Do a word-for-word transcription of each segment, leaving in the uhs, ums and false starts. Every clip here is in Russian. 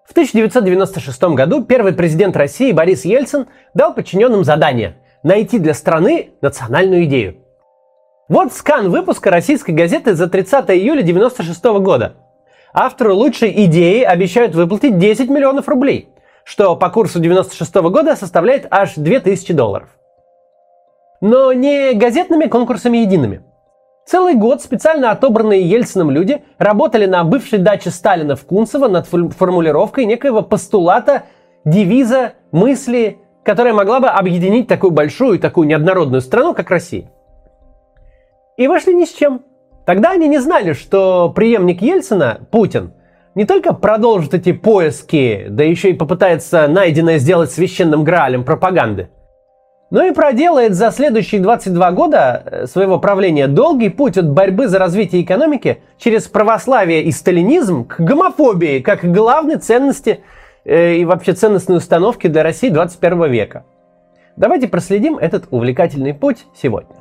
В тысяча девятьсот девяносто шестом году первый президент России Борис Ельцин дал подчиненным задание – найти для страны национальную идею. Вот скан выпуска российской газеты за тридцатое июля девяносто шестого года. Автору лучшей идеи обещают выплатить десять миллионов рублей, что по курсу девяносто шестого года составляет аж две тысячи долларов. Но не газетными конкурсами едиными. Целый год специально отобранные Ельциным люди работали на бывшей даче Сталина в Кунцево над формулировкой некоего постулата, девиза, мысли, которая могла бы объединить такую большую и такую неоднородную страну, как Россия. И вышли ни с чем. Тогда они не знали, что преемник Ельцина, Путин, не только продолжит эти поиски, да еще и попытается найденное сделать священным граалем пропаганды, но и проделает за следующие двадцать два года своего правления долгий путь от борьбы за развитие экономики через православие и сталинизм к гомофобии, как главной ценности э, и вообще ценностной установки для России двадцать первого века. Давайте проследим этот увлекательный путь сегодня.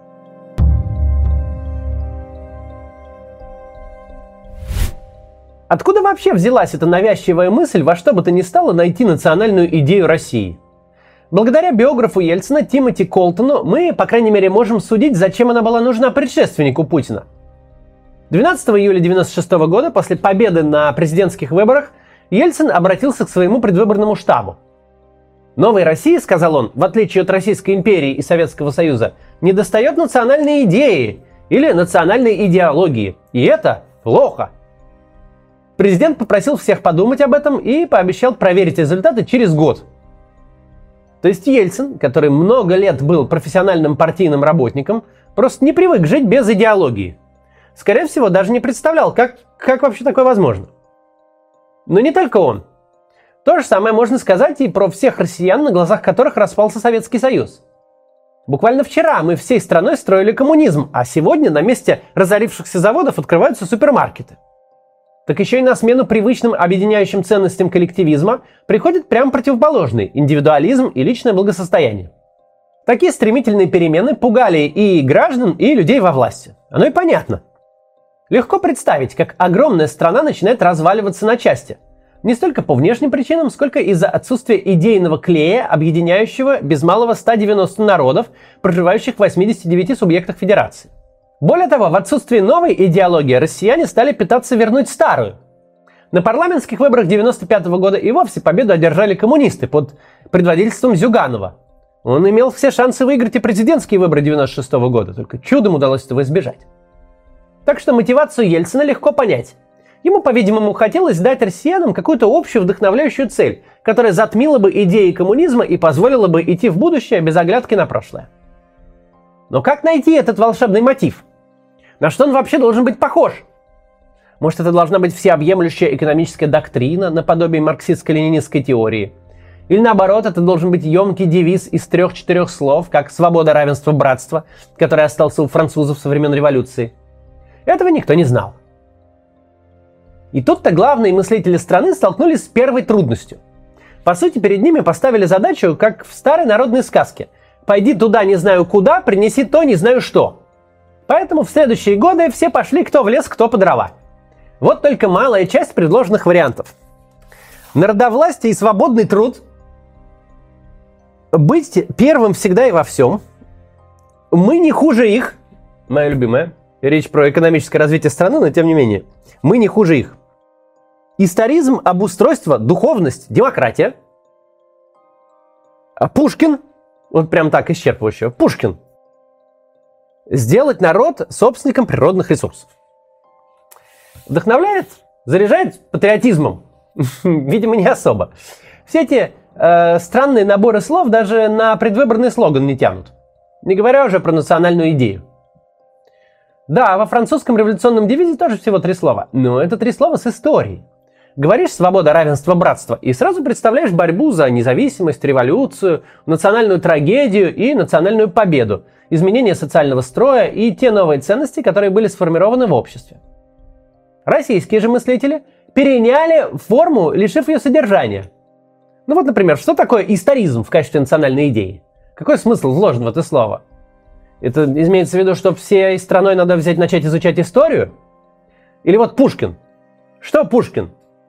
Откуда вообще взялась эта навязчивая мысль во что бы то ни стало найти национальную идею России? Благодаря биографу Ельцина Тимоти Колтону мы, по крайней мере, можем судить, зачем она была нужна предшественнику Путина. двенадцатого июля девяносто шестого года, после победы на президентских выборах, Ельцин обратился к своему предвыборному штабу. «Новой России, — сказал он, — в отличие от Российской империи и Советского Союза, недостает национальной идеи или национальной идеологии. И это плохо». Президент попросил всех подумать об этом и пообещал проверить результаты через год. То есть Ельцин, который много лет был профессиональным партийным работником, просто не привык жить без идеологии. Скорее всего, даже не представлял, как, как вообще такое возможно. Но не только он. То же самое можно сказать и про всех россиян, на глазах которых распался Советский Союз. Буквально вчера мы всей страной строили коммунизм, а сегодня на месте разорившихся заводов открываются супермаркеты. Так еще и на смену привычным объединяющим ценностям коллективизма приходит прямо противоположный – индивидуализм и личное благосостояние. Такие стремительные перемены пугали и граждан, и людей во власти. Оно и понятно. Легко представить, как огромная страна начинает разваливаться на части. Не столько по внешним причинам, сколько из-за отсутствия идейного клея, объединяющего без малого ста девяноста народов, проживающих в восьмидесяти девяти субъектах федерации. Более того, в отсутствии новой идеологии россияне стали пытаться вернуть старую. На парламентских выборах девяносто пятого года и вовсе победу одержали коммунисты под предводительством Зюганова. Он имел все шансы выиграть и президентские выборы девяносто шестого года, только чудом удалось этого избежать. Так что мотивацию Ельцина легко понять. Ему, по-видимому, хотелось дать россиянам какую-то общую вдохновляющую цель, которая затмила бы идеи коммунизма и позволила бы идти в будущее без оглядки на прошлое. Но как найти этот волшебный мотив? На что он вообще должен быть похож? Может, это должна быть всеобъемлющая экономическая доктрина, наподобие марксистско-ленинистской теории? Или наоборот, это должен быть емкий девиз из трех-четырех слов, как «свобода, равенство, братство», который остался у французов со времен революции? Этого никто не знал. И тут-то главные мыслители страны столкнулись с первой трудностью. По сути, перед ними поставили задачу, как в старой народной сказке: «Пойди туда не знаю куда, принеси то не знаю что». Поэтому в следующие годы все пошли кто в лес, кто по дрова. Вот только малая часть предложенных вариантов. Народовластие и свободный труд. Быть первым всегда и во всем. Мы не хуже их. Моя любимая. Речь про экономическое развитие страны, но тем не менее. Мы не хуже их. Историзм, обустройство, духовность, демократия. А Пушкин. Вот прям так исчерпывающе. Пушкин. Сделать народ собственником природных ресурсов. Вдохновляет? Заряжает патриотизмом? Видимо, не особо. Все эти э, странные наборы слов даже на предвыборный слоган не тянут. Не говоря уже про национальную идею. Да, во французском революционном девизе тоже всего три слова. Но это три слова с историей. Говоришь «свобода, равенство, братство» и сразу представляешь борьбу за независимость, революцию, национальную трагедию и национальную победу, изменение социального строя и те новые ценности, которые были сформированы в обществе. Российские же мыслители переняли форму, лишив ее содержания. Ну вот, например, что такое историзм в качестве национальной идеи? Какой смысл вложен в это слово? Это имеется в виду, что всей страной надо взять, начать изучать историю? Или вот Пушкин. Что Пушкин?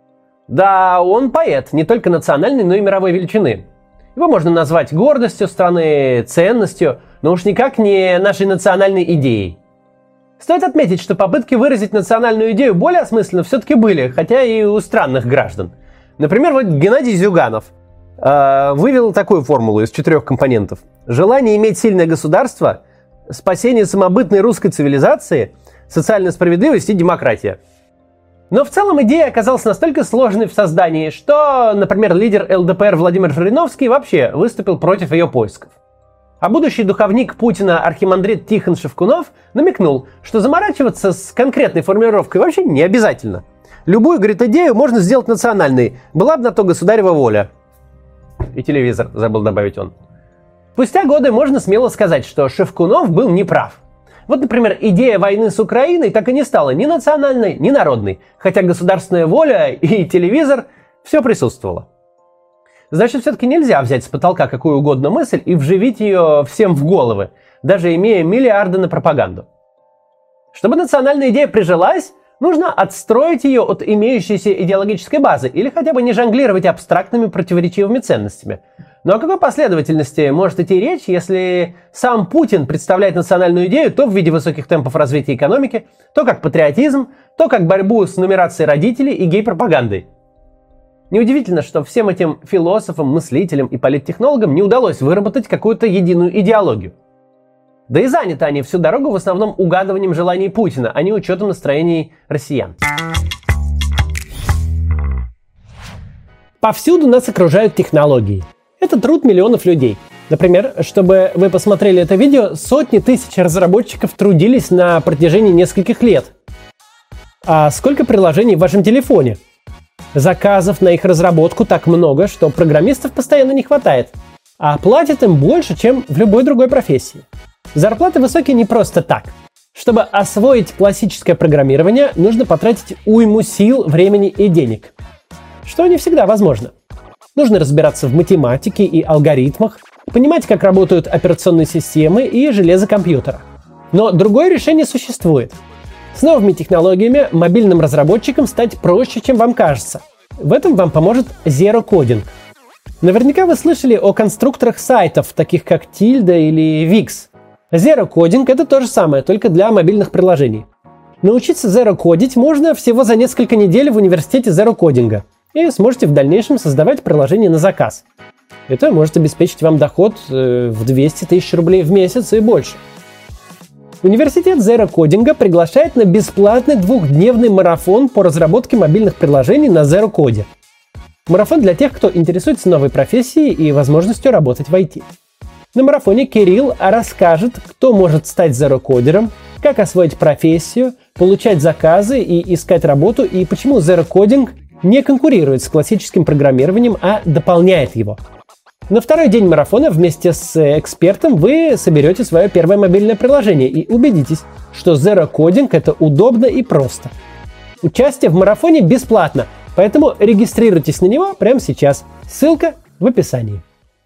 Да, он поэт, не только национальной, но и мировой величины. Его можно назвать гордостью страны, ценностью, но уж никак не нашей национальной идеей. Стоит отметить, что попытки выразить национальную идею более осмысленно все-таки были, хотя и у странных граждан. Например, вот Геннадий Зюганов э, вывел такую формулу из четырех компонентов. Желание иметь сильное государство, спасение самобытной русской цивилизации, социальная справедливость и демократия. Но в целом идея оказалась настолько сложной в создании, что, например, лидер эл дэ пэ эр Владимир Жириновский вообще выступил против ее поисков. А будущий духовник Путина архимандрит Тихон Шевкунов намекнул, что заморачиваться с конкретной формулировкой вообще не обязательно. Любую, говорит, идею можно сделать национальной, была бы на то государева воля. И телевизор, забыл добавить он. Спустя годы можно смело сказать, что Шевкунов был неправ. Вот, например, идея войны с Украиной так и не стала ни национальной, ни народной, хотя государственная воля и телевизор все присутствовало. Значит, все-таки нельзя взять с потолка какую угодно мысль и вживить ее всем в головы, даже имея миллиарды на пропаганду. Чтобы национальная идея прижилась, нужно отстроить ее от имеющейся идеологической базы или хотя бы не жонглировать абстрактными противоречивыми ценностями. Но о какой последовательности может идти речь, если сам Путин представляет национальную идею то в виде высоких темпов развития экономики, то как патриотизм, то как борьбу с нумерацией родителей и гей-пропагандой? Неудивительно, что всем этим философам, мыслителям и политтехнологам не удалось выработать какую-то единую идеологию. Да и заняты они всю дорогу в основном угадыванием желаний Путина, а не учетом настроений россиян. Повсюду нас окружают технологии. Это труд миллионов людей. Например, чтобы вы посмотрели это видео, сотни тысяч разработчиков трудились на протяжении нескольких лет. А сколько приложений в вашем телефоне? Заказов на их разработку так много, что программистов постоянно не хватает. А платят им больше, чем в любой другой профессии. Зарплаты высокие не просто так. Чтобы освоить классическое программирование, нужно потратить уйму сил, времени и денег. Что не всегда возможно. Нужно разбираться в математике и алгоритмах, понимать, как работают операционные системы и железо компьютера. Но другое решение существует. С новыми технологиями мобильным разработчикам стать проще, чем вам кажется. В этом вам поможет Zero Coding. Наверняка вы слышали о конструкторах сайтов, таких как Tilda или Wix. Zero Coding — это то же самое, только для мобильных приложений. Научиться Zero Codить можно всего за несколько недель в университете Zero Coding, и сможете в дальнейшем создавать приложение на заказ. Это может обеспечить вам доход в двести тысяч рублей в месяц и больше. Университет Zero Coding приглашает на бесплатный двухдневный марафон по разработке мобильных приложений на Zero Code. Марафон для тех, кто интересуется новой профессией и возможностью работать в ай ти. На марафоне Кирилл расскажет, кто может стать Zero-кодером, как освоить профессию, получать заказы и искать работу, и почему Zero Coding не конкурирует с классическим программированием, а дополняет его. На второй день марафона вместе с экспертом вы соберете свое первое мобильное приложение и убедитесь, что Zero Coding — это удобно и просто. Участие в марафоне бесплатно, поэтому регистрируйтесь на него прямо сейчас. Ссылка в описании.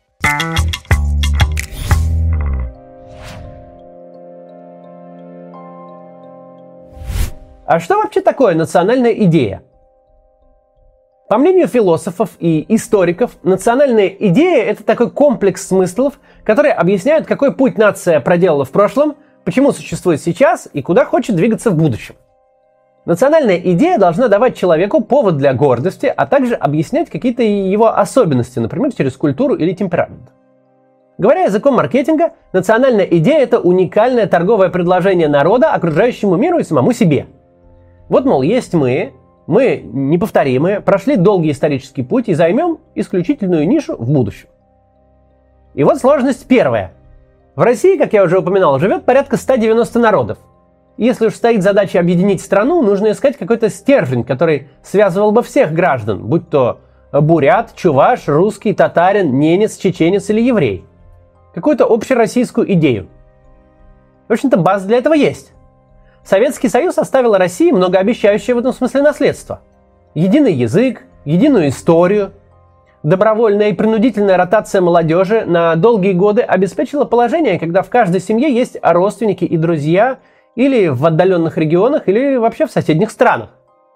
А что вообще такое национальная идея? По мнению философов и историков, национальная идея – это такой комплекс смыслов, которые объясняют, какой путь нация проделала в прошлом, почему существует сейчас и куда хочет двигаться в будущем. Национальная идея должна давать человеку повод для гордости, а также объяснять какие-то его особенности, например, через культуру или темперамент. Говоря языком маркетинга, национальная идея – это уникальное торговое предложение народа окружающему миру и самому себе. Вот, мол, есть мы, мы неповторимые, прошли долгий исторический путь и займем исключительную нишу в будущем. И вот сложность первая. В России, как я уже упоминал, живет порядка ста девяноста народов. И если уж стоит задача объединить страну, нужно искать какой-то стержень, который связывал бы всех граждан, будь то бурят, чуваш, русский, татарин, ненец, чеченец или еврей. Какую-то общероссийскую идею. В общем-то, база для этого есть. Советский Союз оставил России многообещающее в этом смысле наследство. Единый язык, единую историю. Добровольная и принудительная ротация молодежи на долгие годы обеспечила положение, когда в каждой семье есть родственники и друзья, или в отдаленных регионах, или вообще в соседних странах.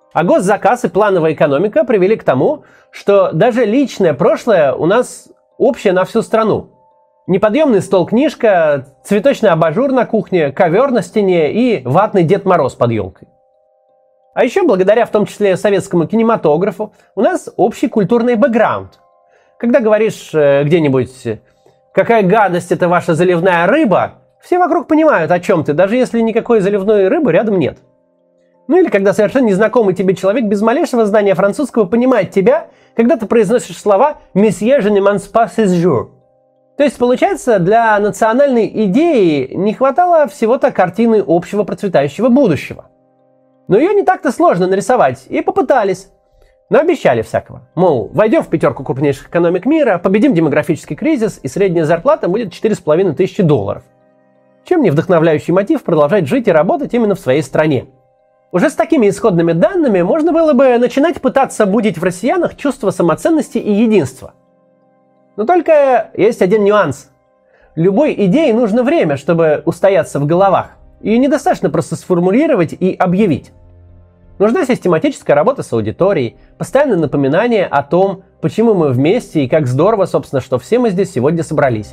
А госзаказ и плановая экономика привели к тому, что даже личное прошлое у нас общее на всю страну. Неподъемный стол-книжка, цветочный абажур на кухне, ковер на стене и ватный Дед Мороз под елкой. А еще благодаря в том числе советскому кинематографу у нас общий культурный бэкграунд. Когда говоришь э, где-нибудь «какая гадость, это ваша заливная рыба», все вокруг понимают, о чем ты, даже если никакой заливной рыбы рядом нет. Ну или когда совершенно незнакомый тебе человек без малейшего знания французского понимает тебя, когда ты произносишь слова «Monsieur, je ne mange pas ce jour». То есть, получается, для национальной идеи не хватало всего-то картины общего процветающего будущего. Но ее не так-то сложно нарисовать, и попытались. Но обещали всякого. Мол, войдем в пятерку крупнейших экономик мира, победим демографический кризис, и средняя зарплата будет четыре с половиной тысячи долларов. Чем не вдохновляющий мотив продолжать жить и работать именно в своей стране. Уже с такими исходными данными можно было бы начинать пытаться будить в россиянах чувство самоценности и единства. Но только есть один нюанс. Любой идее нужно время, чтобы устояться в головах. Ее недостаточно просто сформулировать и объявить. Нужна систематическая работа с аудиторией, постоянное напоминание о том, почему мы вместе и как здорово, собственно, что все мы здесь сегодня собрались.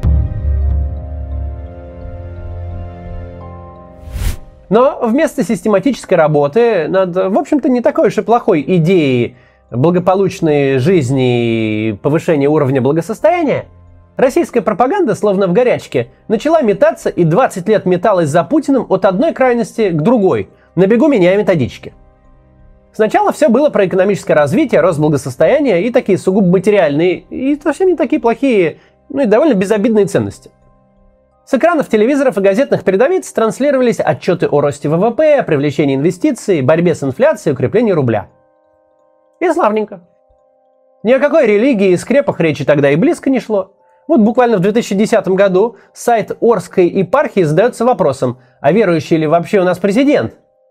Но вместо систематической работы над, в общем-то, не такой уж и плохой идеей благополучной жизни и повышения уровня благосостояния, российская пропаганда, словно в горячке, начала метаться и двадцать лет металась за Путиным от одной крайности к другой, на бегу меняя методички. Сначала все было про экономическое развитие, рост благосостояния и такие сугубо материальные, и совсем не такие плохие, ну и довольно безобидные ценности. С экранов телевизоров и газетных передовиц транслировались отчеты о росте вэ вэ пэ, привлечении инвестиций, борьбе с инфляцией, укреплении рубля. И славненько. Ни о какой религии и скрепах речи тогда и близко не шло. Вот буквально в две тысячи десятом году сайт Орской епархии задается вопросом, а верующий ли вообще у нас президент?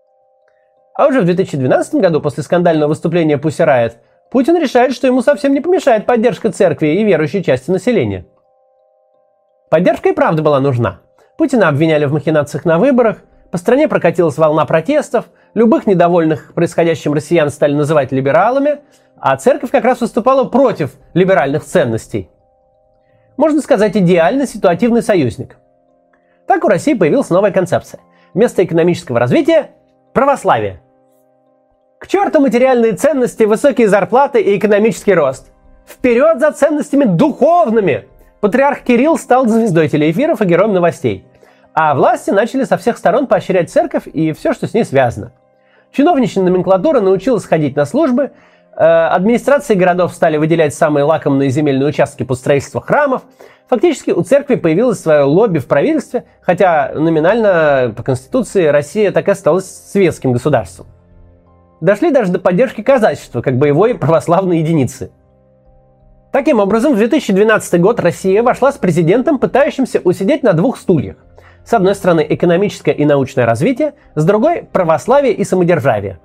А уже в две тысячи двенадцатом году, после скандального выступления Pussy Riot, Путин решает, что ему совсем не помешает поддержка церкви и верующей части населения. Поддержка и правда была нужна. Путина обвиняли в махинациях на выборах, по стране прокатилась волна протестов, любых недовольных происходящим россиян стали называть либералами, а церковь как раз выступала против либеральных ценностей. Можно сказать, идеальный ситуативный союзник. Так у России появилась новая концепция. Вместо экономического развития – православие. К черту материальные ценности, высокие зарплаты и экономический рост. Вперед за ценностями духовными! Патриарх Кирилл стал звездой телеэфиров и героем новостей. А власти начали со всех сторон поощрять церковь и все, что с ней связано. Чиновничья номенклатура научилась ходить на службы, э, администрации городов стали выделять самые лакомые земельные участки под строительство храмов. Фактически у церкви появилось свое лобби в правительстве, хотя номинально по Конституции Россия так и осталась светским государством. Дошли даже до поддержки казачества как боевой православной единицы. Таким образом, в две тысячи двенадцатый год Россия вошла с президентом, пытающимся усидеть на двух стульях. С одной стороны, экономическое и научное развитие, с другой – православие и самодержавие.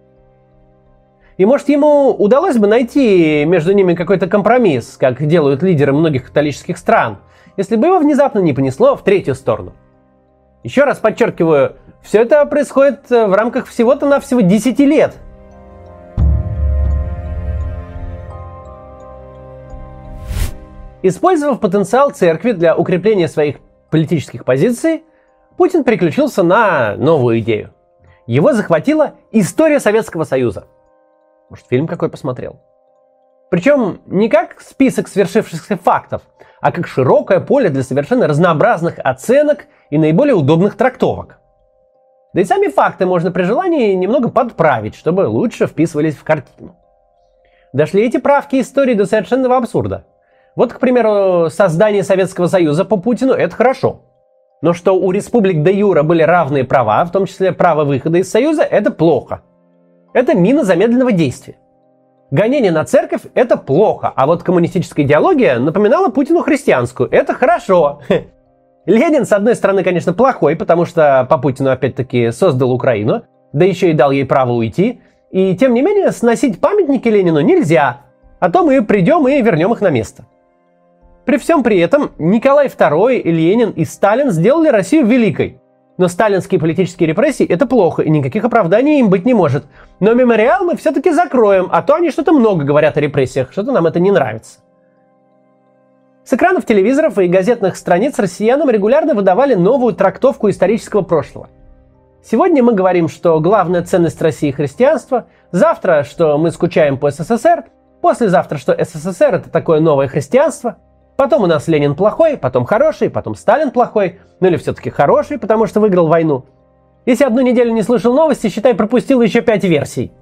И может ему удалось бы найти между ними какой-то компромисс, как делают лидеры многих католических стран, если бы его внезапно не понесло в третью сторону. Еще раз подчеркиваю, все это происходит в рамках всего-то навсего десяти лет. Использовав потенциал церкви для укрепления своих политических позиций, Путин переключился на новую идею. Его захватила история Советского Союза. Может, фильм какой посмотрел? Причем не как список свершившихся фактов, а как широкое поле для совершенно разнообразных оценок и наиболее удобных трактовок. Да и сами факты можно при желании немного подправить, чтобы лучше вписывались в картину. Дошли эти правки истории до совершенного абсурда. Вот, к примеру, создание Советского Союза по Путину – это хорошо. Но что у республик де-юре были равные права, в том числе право выхода из Союза – это плохо. Это мина замедленного действия. Гонение на церковь – это плохо, а вот коммунистическая идеология напоминала Путину христианскую – это хорошо. Ленин, с одной стороны, конечно, плохой, потому что по Путину опять-таки создал Украину, да еще и дал ей право уйти, и тем не менее сносить памятники Ленину нельзя, а то мы придем и вернем их на место. При всем при этом Николай второй, Ленин и Сталин сделали Россию великой. Но сталинские политические репрессии – это плохо, и никаких оправданий им быть не может. Но мемориал мы все-таки закроем, а то они что-то много говорят о репрессиях, что-то нам это не нравится. С экранов телевизоров и газетных страниц россиянам регулярно выдавали новую трактовку исторического прошлого. Сегодня мы говорим, что главная ценность России – христианство, завтра, что мы скучаем по СССР, послезавтра, что СССР – это такое новое христианство, потом у нас Ленин плохой, потом хороший, потом Сталин плохой, ну или все-таки хороший, потому что выиграл войну. Если одну неделю не слышал новости, считай, пропустил еще пять версий.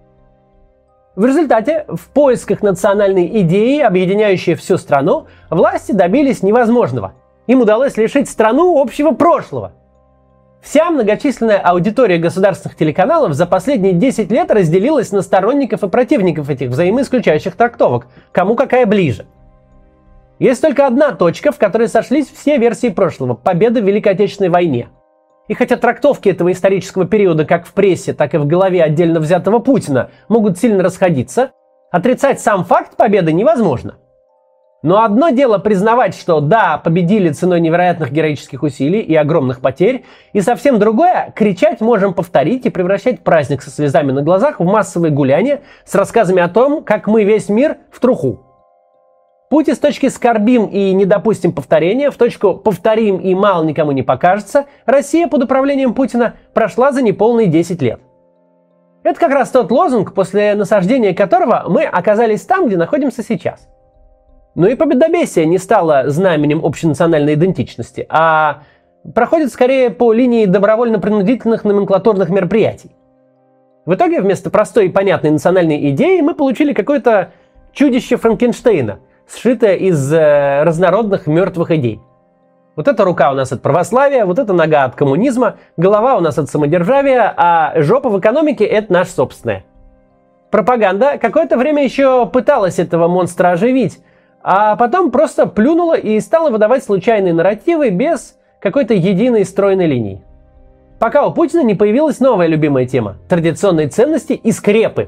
В результате, в поисках национальной идеи, объединяющей всю страну, власти добились невозможного. Им удалось лишить страну общего прошлого. Вся многочисленная аудитория государственных телеканалов за последние десять лет разделилась на сторонников и противников этих взаимоисключающих трактовок, кому какая ближе. Есть только одна точка, в которой сошлись все версии прошлого – победа в Великой Отечественной войне. И хотя трактовки этого исторического периода как в прессе, так и в голове отдельно взятого Путина могут сильно расходиться, отрицать сам факт победы невозможно. Но одно дело признавать, что да, победили ценой невероятных героических усилий и огромных потерь, и совсем другое – кричать можем повторить и превращать праздник со слезами на глазах в массовые гуляния с рассказами о том, как мы весь мир в труху. Путь из точки «скорбим и не допустим повторения» в точку «повторим и мало никому не покажется» Россия под управлением Путина прошла за неполные десять лет. Это как раз тот лозунг, после насаждения которого мы оказались там, где находимся сейчас. Но и победобесие не стало знаменем общенациональной идентичности, а проходит скорее по линии добровольно-принудительных номенклатурных мероприятий. В итоге вместо простой и понятной национальной идеи мы получили какое-то чудище Франкенштейна, сшитое из э, разнородных мертвых идей. Вот эта рука у нас от православия, вот эта нога от коммунизма, голова у нас от самодержавия, а жопа в экономике – это наша собственная. Пропаганда какое-то время еще пыталась этого монстра оживить, а потом просто плюнула и стала выдавать случайные нарративы без какой-то единой стройной линии. Пока у Путина не появилась новая любимая тема – традиционные ценности и скрепы.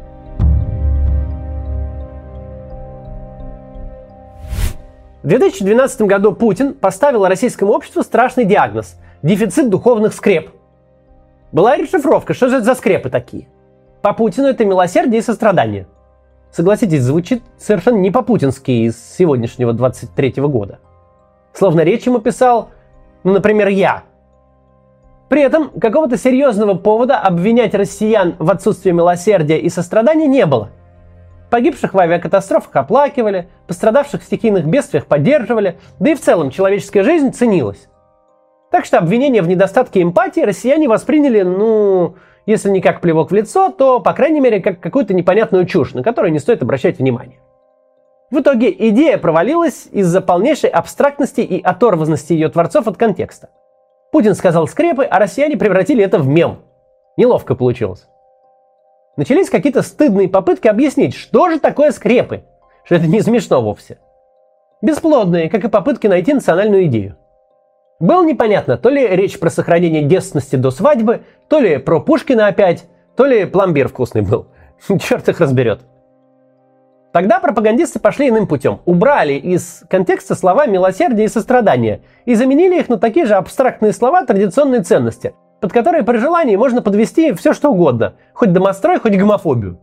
В две тысячи двенадцатом году Путин поставил российскому обществу страшный диагноз – дефицит духовных скреп. Была расшифровка, что же это за скрепы такие? По Путину это милосердие и сострадание. Согласитесь, звучит совершенно не по-путински из сегодняшнего двадцать третьего года. Словно речь ему писал, ну, например, я. При этом какого-то серьезного повода обвинять россиян в отсутствии милосердия и сострадания не было. Погибших в авиакатастрофах оплакивали, пострадавших в стихийных бедствиях поддерживали, да и в целом человеческая жизнь ценилась. Так что обвинения в недостатке эмпатии россияне восприняли, ну, если не как плевок в лицо, то, по крайней мере, как какую-то непонятную чушь, на которую не стоит обращать внимание. В итоге идея провалилась из-за полнейшей абстрактности и оторванности ее творцов от контекста. Путин сказал скрепы, а россияне превратили это в мем. Неловко получилось. Начались какие-то стыдные попытки объяснить, что же такое скрепы, что это не смешно вовсе. Бесплодные, как и попытки найти национальную идею. Было непонятно, то ли речь про сохранение девственности до свадьбы, то ли про Пушкина опять, то ли пломбир вкусный был. Черт их разберет. Тогда пропагандисты пошли иным путем. Убрали из контекста слова «милосердие» и «сострадание» и заменили их на такие же абстрактные слова «традиционные ценности», под которые при желании можно подвести все что угодно, хоть домострой, хоть гомофобию.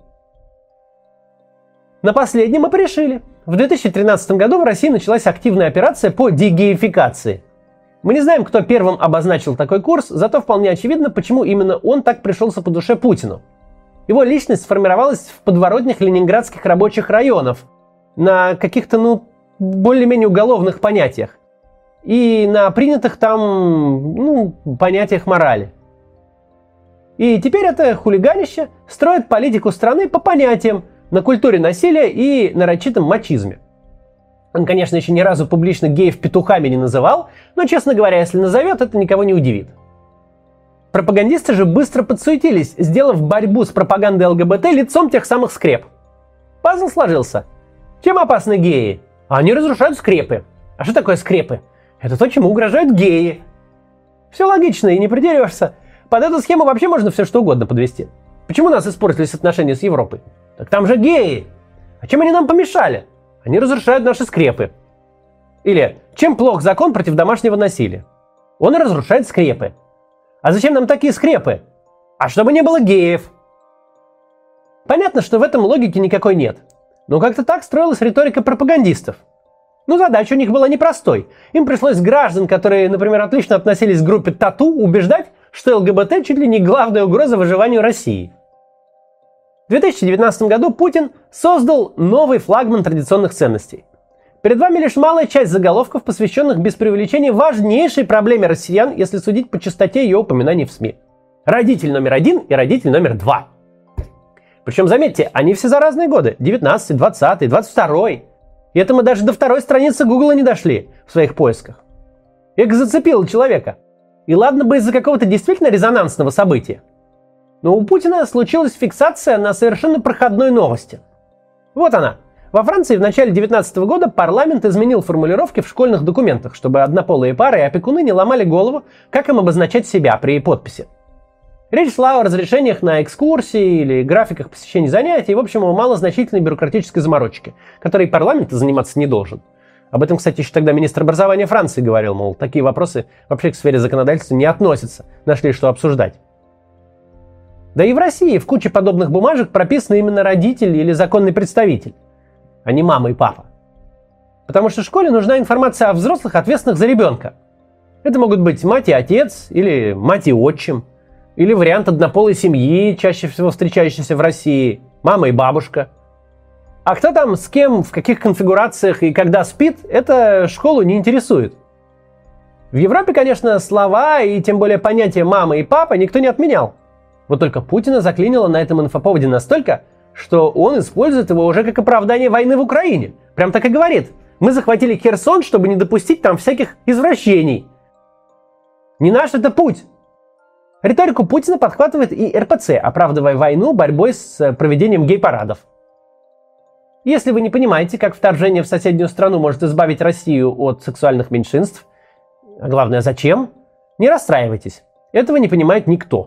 На последнем мы порешили. В две тысячи тринадцатом году в России началась активная операция по дегеификации. Мы не знаем, кто первым обозначил такой курс, зато вполне очевидно, почему именно он так пришелся по душе Путину. Его личность сформировалась в подворотнях ленинградских рабочих районов, на каких-то, ну, более-менее уголовных понятиях. И на принятых там, ну, понятиях морали. И теперь это хулиганище строит политику страны по понятиям на культуре насилия и нарочитом мачизме. Он, конечно, еще ни разу публично геев петухами не называл, но, честно говоря, если назовет, это никого не удивит. Пропагандисты же быстро подсуетились, сделав борьбу с пропагандой ЛГБТ лицом тех самых скреп. Пазл сложился. Чем опасны геи? Они разрушают скрепы. А что такое скрепы? Это то, чему угрожают геи. Все логично и не придерешься. Под эту схему вообще можно все что угодно подвести. Почему у нас испортились отношения с Европой? Так там же геи. А чем они нам помешали? Они разрушают наши скрепы. Или чем плох закон против домашнего насилия? Он разрушает скрепы. А зачем нам такие скрепы? А чтобы не было геев. Понятно, что в этом логики никакой нет. Но как-то так строилась риторика пропагандистов. Ну, задача у них была непростой. Им пришлось граждан, которые, например, отлично относились к группе Тату, убеждать, что ЛГБТ чуть ли не главная угроза выживанию России. В две тысячи девятнадцатом году Путин создал новый флагман традиционных ценностей. Перед вами лишь малая часть заголовков, посвященных без преувеличения важнейшей проблеме россиян, если судить по частоте ее упоминаний в СМИ. Родитель номер один и родитель номер два. Причем, заметьте, они все за разные годы. девятнадцатый, двадцатый, двадцать второй. И это мы даже до второй страницы Гугла не дошли в своих поисках. Эго зацепило человека. И ладно бы из-за какого-то действительно резонансного события. Но у Путина случилась фиксация на совершенно проходной новости. Вот она. Во Франции в начале две тысячи девятнадцатого года парламент изменил формулировки в школьных документах, чтобы однополые пары и опекуны не ломали голову, как им обозначать себя при подписи. Речь шла о разрешениях на экскурсии или графиках посещения занятий, в общем, о малозначительной бюрократической заморочке, которой парламент заниматься не должен. Об этом, кстати, еще тогда министр образования Франции говорил, мол, такие вопросы вообще к сфере законодательства не относятся, нашли что обсуждать. Да и в России в куче подобных бумажек прописаны именно родитель или законный представитель, а не мама и папа. Потому что школе нужна информация о взрослых, ответственных за ребенка. Это могут быть мать и отец, или мать и отчим, или вариант однополой семьи, чаще всего встречающийся в России, мама и бабушка. А кто там с кем, в каких конфигурациях и когда спит, это школу не интересует. В Европе, конечно, слова и тем более понятие «мама» и «папа» никто не отменял. Вот только Путина заклинило на этом инфоповоде настолько, что он использует его уже как оправдание войны в Украине. Прям так и говорит. Мы захватили Херсон, чтобы не допустить там всяких извращений. Не наш это путь. Риторику Путина подхватывает и эр пэ цэ, оправдывая войну борьбой с проведением гей-парадов. Если вы не понимаете, как вторжение в соседнюю страну может избавить Россию от сексуальных меньшинств, а главное зачем, не расстраивайтесь. Этого не понимает никто.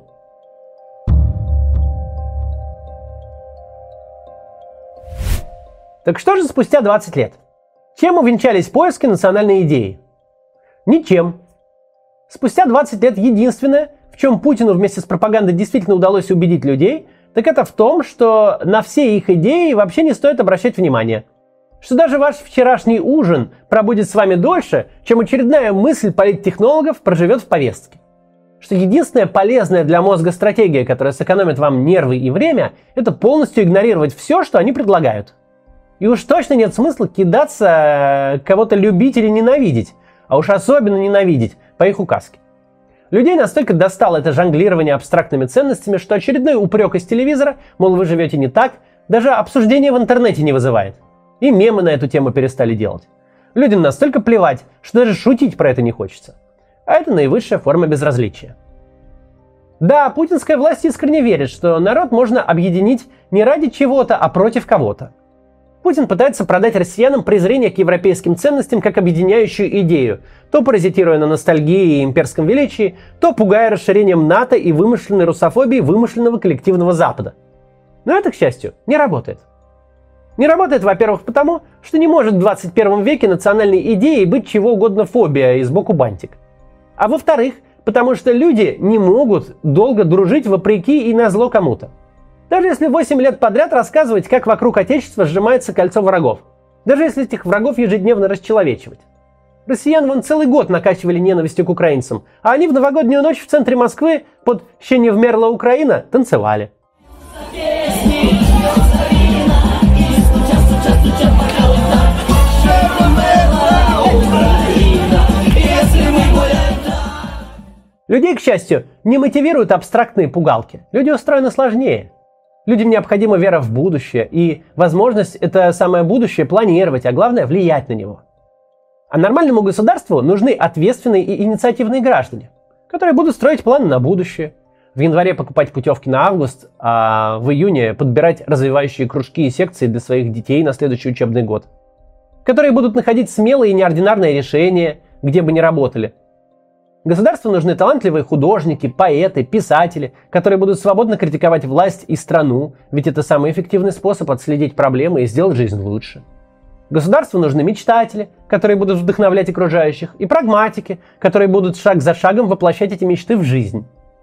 Так что же спустя двадцать лет? Чем увенчались поиски национальной идеи? Ничем. Спустя двадцать лет единственное, в чем Путину вместе с пропагандой действительно удалось убедить людей, так это в том, что на все их идеи вообще не стоит обращать внимания. Что даже ваш вчерашний ужин пробудет с вами дольше, чем очередная мысль политтехнологов проживет в повестке. Что единственная полезная для мозга стратегия, которая сэкономит вам нервы и время, это полностью игнорировать все, что они предлагают. И уж точно нет смысла кидаться кого-то любить или ненавидеть, а уж особенно ненавидеть по их указке. Людей настолько достало это жонглирование абстрактными ценностями, что очередной упрек из телевизора, мол, вы живете не так, даже обсуждение в интернете не вызывает. И мемы на эту тему перестали делать. Людям настолько плевать, что даже шутить про это не хочется. А это наивысшая форма безразличия. Да, путинская власть искренне верит, что народ можно объединить не ради чего-то, а против кого-то. Путин пытается продать россиянам презрение к европейским ценностям как объединяющую идею, то паразитируя на ностальгии и имперском величии, то пугая расширением НАТО и вымышленной русофобией вымышленного коллективного Запада. Но это, к счастью, не работает. Не работает, во-первых, потому, что не может в двадцать первом веке национальной идеей быть чего угодно фобия и сбоку бантик. А во-вторых, потому что люди не могут долго дружить вопреки и назло кому-то. Даже если восемь лет подряд рассказывать, как вокруг Отечества сжимается кольцо врагов. Даже если этих врагов ежедневно расчеловечивать. Россиян вон целый год накачивали ненавистью к украинцам, а они в новогоднюю ночь в центре Москвы под «Ще не вмерла Украина» танцевали. Людей, к счастью, не мотивируют абстрактные пугалки. Люди устроены сложнее. Людям необходима вера в будущее и возможность это самое будущее планировать, а главное влиять на него. А нормальному государству нужны ответственные и инициативные граждане, которые будут строить планы на будущее. В январе покупать путевки на август, а в июне подбирать развивающие кружки и секции для своих детей на следующий учебный год. Которые будут находить смелые и неординарные решения, где бы ни работали. Государству нужны талантливые художники, поэты, писатели, которые будут свободно критиковать власть и страну, ведь это самый эффективный способ отследить проблемы и сделать жизнь лучше. Государству нужны мечтатели, которые будут вдохновлять окружающих, и прагматики, которые будут шаг за шагом воплощать эти мечты в жизнь.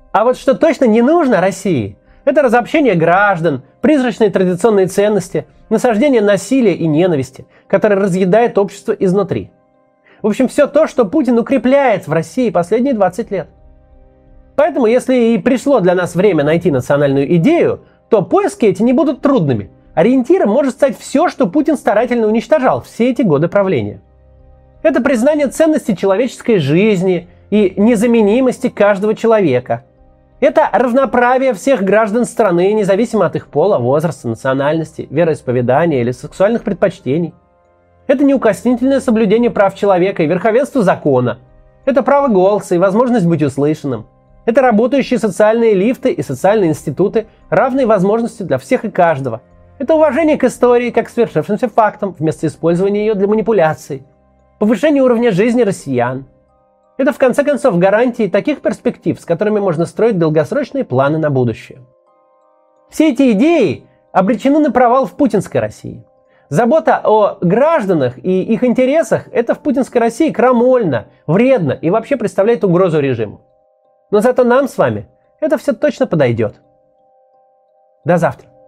А вот что точно не нужно России, это разобщение граждан, призрачные традиционные ценности, насаждение насилия и ненависти, которое разъедает общество изнутри. В общем, все то, что Путин укрепляет в России последние двадцать лет. Поэтому, если и пришло для нас время найти национальную идею, то поиски эти не будут трудными. Ориентиром может стать все, что Путин старательно уничтожал все эти годы правления. Это признание ценности человеческой жизни и незаменимости каждого человека. Это равноправие всех граждан страны, независимо от их пола, возраста, национальности, вероисповедания или сексуальных предпочтений. Это неукоснительное соблюдение прав человека и верховенство закона. Это право голоса и возможность быть услышанным. Это работающие социальные лифты и социальные институты, равные возможности для всех и каждого. Это уважение к истории как к свершившимся фактам, вместо использования ее для манипуляций. Повышение уровня жизни россиян. Это, в конце концов, гарантии таких перспектив, с которыми можно строить долгосрочные планы на будущее. Все эти идеи обречены на провал в путинской России. Забота о гражданах и их интересах – это в путинской России крамольно, вредно и вообще представляет угрозу режиму. Но зато нам с вами это все точно подойдет. До завтра.